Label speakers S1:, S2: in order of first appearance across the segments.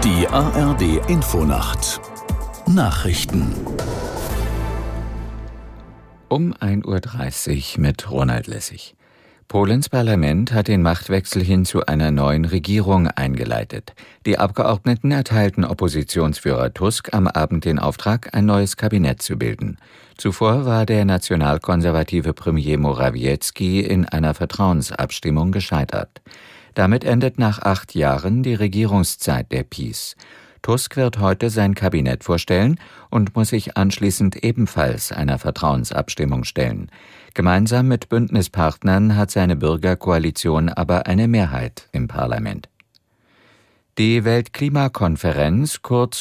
S1: Die ARD-Infonacht Nachrichten
S2: Um 1:30 Uhr mit Ronald Lessig. Polens Parlament hat den Machtwechsel hin zu einer neuen Regierung eingeleitet. Die Abgeordneten erteilten Oppositionsführer Tusk am Abend den Auftrag, ein neues Kabinett zu bilden. Zuvor war der nationalkonservative Premier Morawiecki in einer Vertrauensabstimmung gescheitert. Damit endet nach 8 Jahren die Regierungszeit der PiS. Tusk wird heute sein Kabinett vorstellen und muss sich anschließend ebenfalls einer Vertrauensabstimmung stellen. Gemeinsam mit Bündnispartnern hat seine Bürgerkoalition aber eine Mehrheit im Parlament. Die Weltklimakonferenz, kurz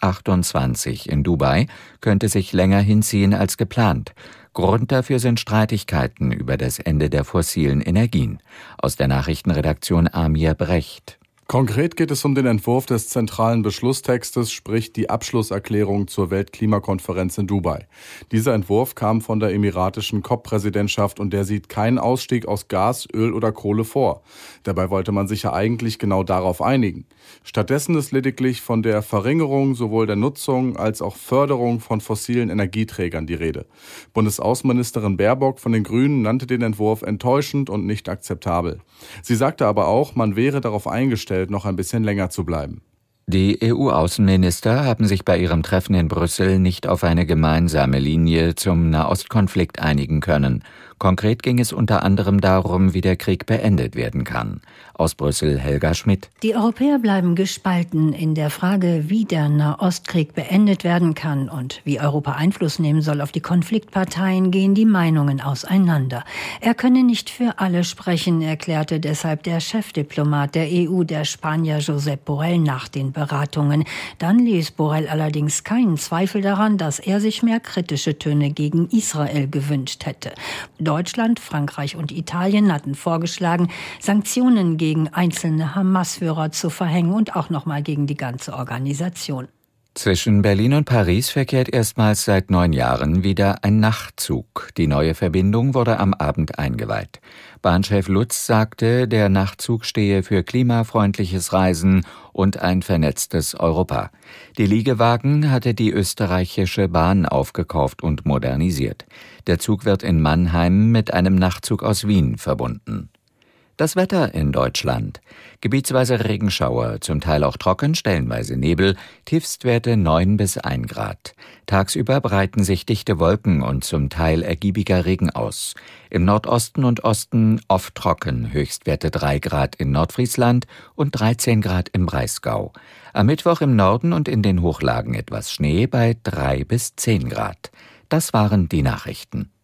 S2: COP28 in Dubai, könnte sich länger hinziehen als geplant. Grund dafür sind Streitigkeiten über das Ende der fossilen Energien. Aus der Nachrichtenredaktion Amir Brecht.
S3: Konkret geht es um den Entwurf des zentralen Beschlusstextes, sprich die Abschlusserklärung zur Weltklimakonferenz in Dubai. Dieser Entwurf kam von der emiratischen COP-Präsidentschaft und der sieht keinen Ausstieg aus Gas, Öl oder Kohle vor. Dabei wollte man sich ja eigentlich genau darauf einigen. Stattdessen ist lediglich von der Verringerung sowohl der Nutzung als auch Förderung von fossilen Energieträgern die Rede. Bundesaußenministerin Baerbock von den Grünen nannte den Entwurf enttäuschend und nicht akzeptabel. Sie sagte aber auch, man wäre darauf eingestellt, noch ein bisschen länger zu bleiben.
S2: Die EU-Außenminister haben sich bei ihrem Treffen in Brüssel nicht auf eine gemeinsame Linie zum Nahostkonflikt einigen können. Konkret ging es unter anderem darum, wie der Krieg beendet werden kann. Aus Brüssel Helga Schmidt.
S4: Die Europäer bleiben gespalten in der Frage, wie der Nahostkrieg beendet werden kann und wie Europa Einfluss nehmen soll auf die Konfliktparteien, gehen die Meinungen auseinander. Er könne nicht für alle sprechen, erklärte deshalb der Chefdiplomat der EU, der Spanier Josep Borrell, nach den Beratungen. Dann ließ Borrell allerdings keinen Zweifel daran, dass er sich mehr kritische Töne gegen Israel gewünscht hätte. Deutschland, Frankreich und Italien hatten vorgeschlagen, Sanktionen gegen einzelne Hamas-Führer zu verhängen und auch nochmal gegen die ganze Organisation.
S2: Zwischen Berlin und Paris verkehrt erstmals seit 9 Jahren wieder ein Nachtzug. Die neue Verbindung wurde am Abend eingeweiht. Bahnchef Lutz sagte, der Nachtzug stehe für klimafreundliches Reisen und ein vernetztes Europa. Die Liegewagen hatte die österreichische Bahn aufgekauft und modernisiert. Der Zug wird in Mannheim mit einem Nachtzug aus Wien verbunden. Das Wetter in Deutschland. Gebietsweise Regenschauer, zum Teil auch trocken, stellenweise Nebel, Tiefstwerte 9 bis 1 Grad. Tagsüber breiten sich dichte Wolken und zum Teil ergiebiger Regen aus. Im Nordosten und Osten oft trocken, Höchstwerte 3 Grad in Nordfriesland und 13 Grad im Breisgau. Am Mittwoch im Norden und in den Hochlagen etwas Schnee bei 3 bis 10 Grad. Das waren die Nachrichten.